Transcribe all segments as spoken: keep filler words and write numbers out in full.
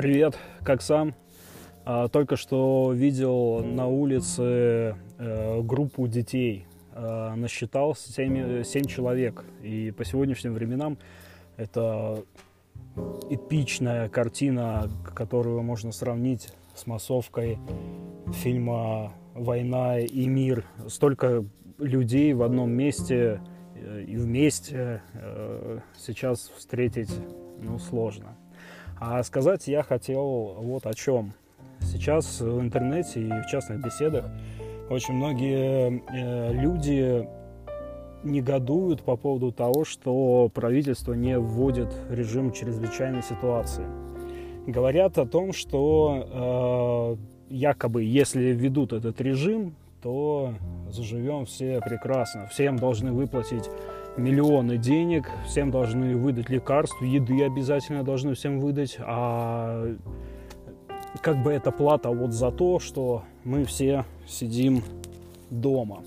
Привет, как сам? А, только что видел на улице э, группу детей. А, насчитал семь, семь человек. И по сегодняшним временам это эпичная картина, которую можно сравнить с массовкой фильма «Война и мир». Столько людей в одном месте и вместе э, сейчас встретить ну, сложно. А сказать я хотел вот о чем. Сейчас в интернете и в частных беседах очень многие э, люди негодуют по поводу того, что правительство не вводит режим чрезвычайной ситуации. Говорят о том, что э, якобы если введут этот режим, то заживем все прекрасно. Всем должны выплатить миллионы денег, всем должны выдать лекарства, еды обязательно должны всем выдать, а как бы это плата вот за то, что мы все сидим дома.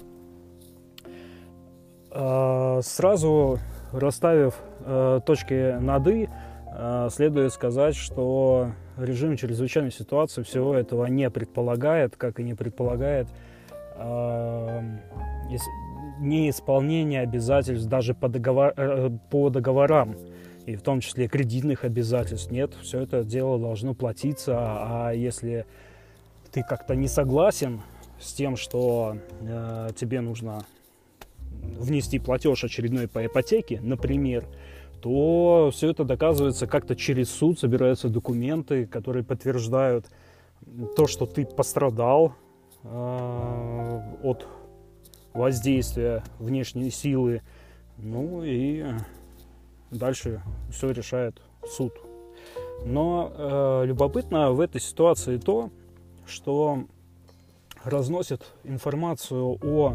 Сразу расставив точки над «и», следует сказать, что режим чрезвычайной ситуации всего этого не предполагает, как и не предполагает неисполнение обязательств даже по, договор, по договорам, и в том числе кредитных обязательств. Нет, все это дело должно платиться, а если ты как-то не согласен с тем, что э, тебе нужно внести платеж очередной по ипотеке, например, то все это доказывается как-то через суд, собираются документы, которые подтверждают то, что ты пострадал э, от воздействия внешней силы, ну и дальше все решает суд. Но э, любопытно в этой ситуации то, что разносят информацию о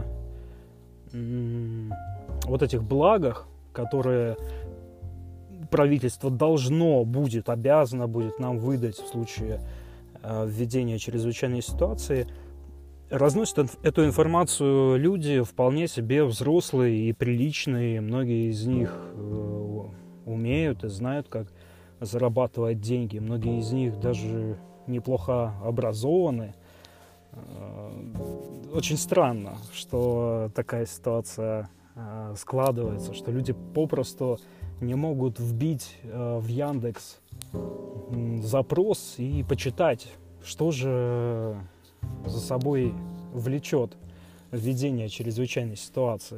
м, вот этих благах, которые правительство должно будет, обязано будет нам выдать в случае э, введения чрезвычайной ситуации. Разносят эту информацию люди вполне себе взрослые и приличные. Многие из них э, умеют и знают, как зарабатывать деньги. Многие из них даже неплохо образованы. Э, очень странно, что такая ситуация э, складывается, что люди попросту не могут вбить э, в Яндекс э, запрос и почитать, что же за собой влечет введение чрезвычайной ситуации.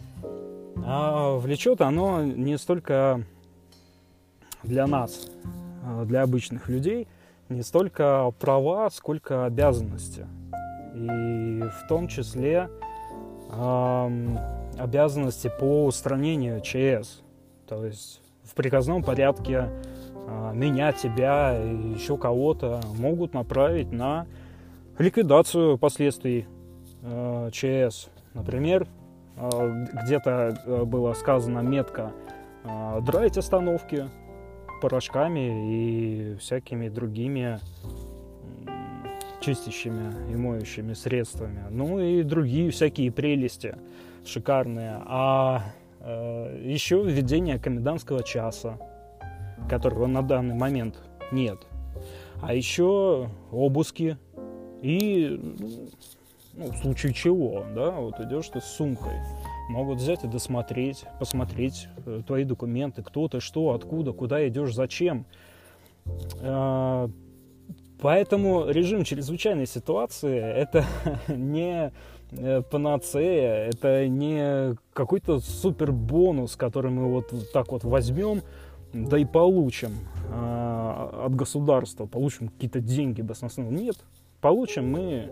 А влечет оно не столько для нас, для обычных людей, не столько права, сколько обязанности. И в том числе э, обязанности по устранению ЧС. То есть в приказном порядке э, меня, тебя и еще кого-то могут направить на ликвидацию последствий э, ЧС. Например, э, где-то э, было сказано метко э, драить остановки порошками и всякими другими э, чистящими и моющими средствами. Ну и другие всякие прелести шикарные. А э, еще введение комендантского часа, которого на данный момент нет. А еще обыски. И ну, в случае чего, да, вот идешь ты с сумкой, могут взять и досмотреть, посмотреть э, твои документы, кто ты, что, откуда, куда идешь, зачем. Э, поэтому режим чрезвычайной ситуации – это не панацея, это не какой-то супер бонус, который мы вот так вот возьмем, да и получим э, от государства, получим какие-то деньги баснословные. Нет. Получим мы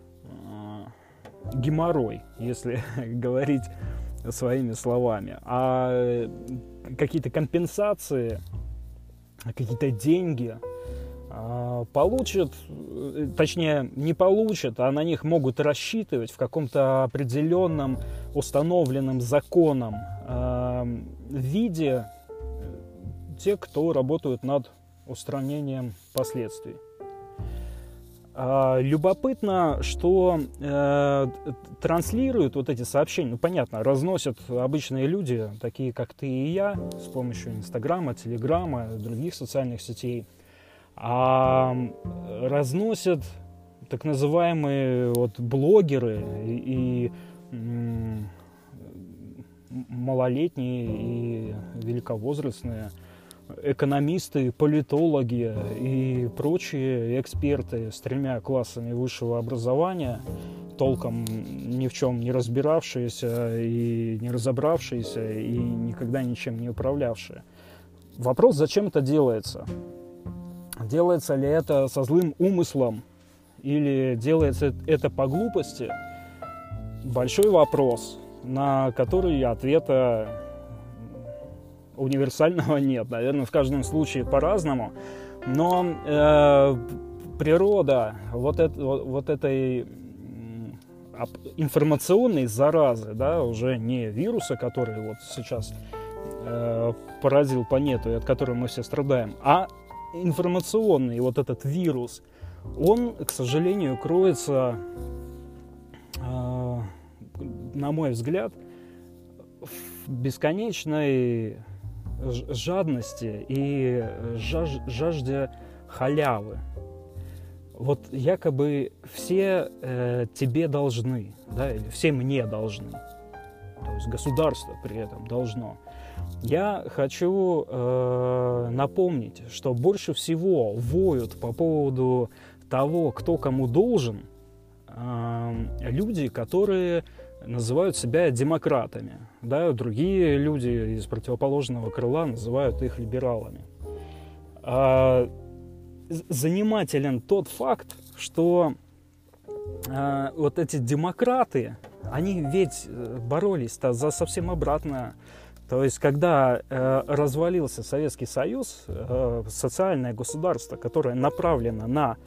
э, геморрой, если говорить своими словами. А какие-то компенсации, какие-то деньги э, получат, точнее не получат, а на них могут рассчитывать в каком-то определенном установленном законом э, виде те, кто работают над устранением последствий. Любопытно, что э, транслируют вот эти сообщения, ну понятно, разносят обычные люди, такие как ты и я, с помощью Инстаграма, Телеграма, других социальных сетей. А разносят так называемые вот блогеры и, и малолетние и великовозрастные экономисты, политологи и прочие эксперты с тремя классами высшего образования, толком ни в чем не разбиравшиеся и не разобравшиеся и никогда ничем не управлявшие. Вопрос, зачем это делается? Делается ли это со злым умыслом или делается это по глупости? Большой вопрос, на который ответа универсального нет. Наверное, в каждом случае по-разному. Но э, природа вот, это, вот этой информационной заразы, да, уже не вируса, который вот сейчас э, поразил планету и от которого мы все страдаем, а информационный вот этот вирус, он, к сожалению, кроется, э, на мой взгляд, в бесконечной жадности и жаж, жажде халявы. Вот якобы все э, тебе должны, да, или все мне должны, то есть государство при этом должно. Я хочу э, напомнить, что больше всего воют по поводу того, кто кому должен, э, люди, которые называют себя демократами, да, другие люди из противоположного крыла называют их либералами. А, занимателен тот факт, что а, вот эти демократы, они ведь боролись-то за совсем обратное. То есть, когда э, развалился Советский Союз, э, социальное государство, которое направлено на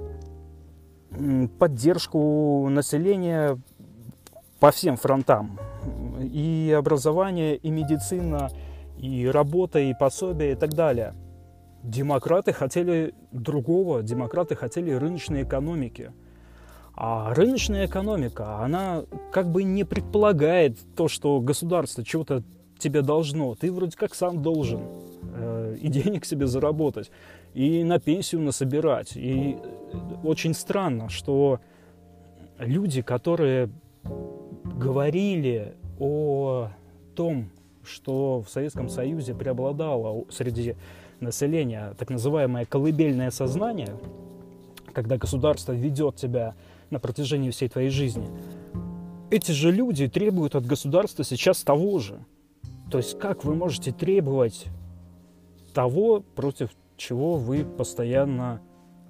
поддержку населения по всем фронтам, и образование, и медицина, и работа, и пособие, и так далее. Демократы хотели другого, демократы хотели рыночной экономики. А рыночная экономика, она как бы не предполагает то, что государство чего-то тебе должно. Ты вроде как сам должен э, и денег себе заработать, и на пенсию насобирать. И очень странно, что люди, которые говорили о том, что в Советском Союзе преобладало среди населения так называемое колыбельное сознание, когда государство ведет тебя на протяжении всей твоей жизни, эти же люди требуют от государства сейчас того же. То есть как вы можете требовать того, против чего вы постоянно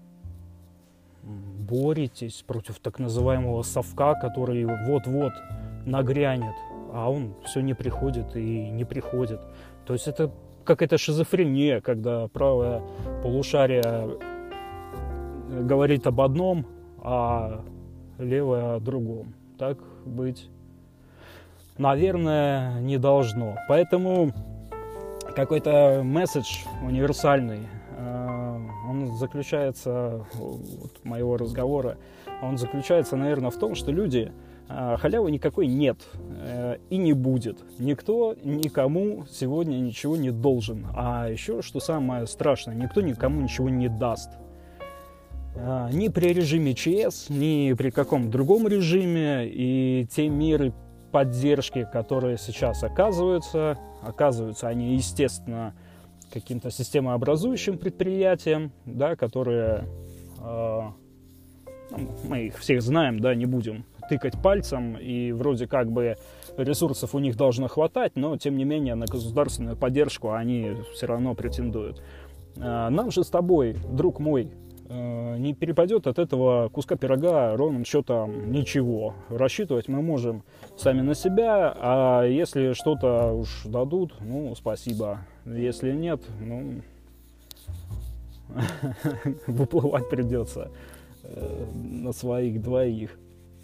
боретесь, против так называемого совка, который вот-вот нагрянет, а он все не приходит и не приходит. То есть это какая-то шизофрения, когда правое полушарие говорит об одном, а левое о другом. Так быть, наверное, не должно. Поэтому какой-то месседж универсальный, он заключается, вот, моего разговора, он заключается, наверное, в том, что люди, халявы никакой нет и не будет. Никто никому сегодня ничего не должен. А еще, что самое страшное, никто никому ничего не даст. Ни при режиме ЧС, ни при каком другом режиме. И те меры поддержки, которые сейчас оказываются, оказываются они, естественно, каким-то системообразующим предприятиям, да, которые, э, мы их всех знаем, да, не будем тыкать пальцем, и вроде как бы ресурсов у них должно хватать, но тем не менее на государственную поддержку они все равно претендуют. Э, нам же с тобой, друг мой, э, не перепадет от этого куска пирога ровным счетом ничего. Рассчитывать мы можем сами на себя, а если что-то уж дадут, ну, спасибо. Если нет, ну, выплывать придется на своих двоих.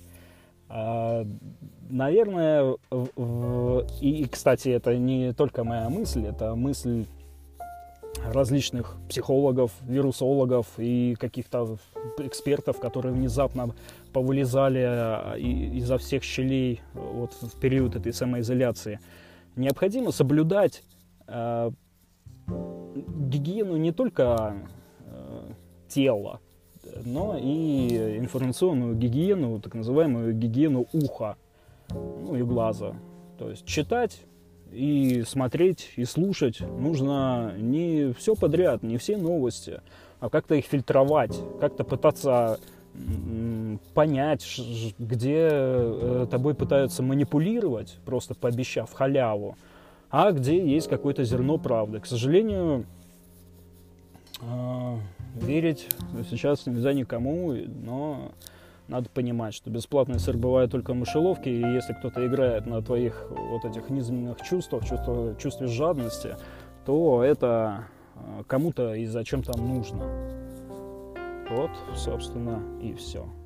Наверное, и, кстати, это не только моя мысль, это мысль различных психологов, вирусологов и каких-то экспертов, которые внезапно повылезали изо всех щелей вот в период этой самоизоляции. Необходимо соблюдать э, гигиену не только э, тела, но и информационную гигиену, так называемую гигиену уха, ну и глаза. То есть читать и смотреть, и слушать нужно не все подряд, не все новости, а как-то их фильтровать, как-то пытаться понять, где тобой пытаются манипулировать, просто пообещав халяву, а где есть какое-то зерно правды. К сожалению, верить сейчас нельзя никому, но надо понимать, что бесплатный сыр бывает только в мышеловке, и если кто-то играет на твоих вот этих низменных чувствах, чувстве, чувстве жадности, то это кому-то и зачем-то нужно. Вот, собственно, и все.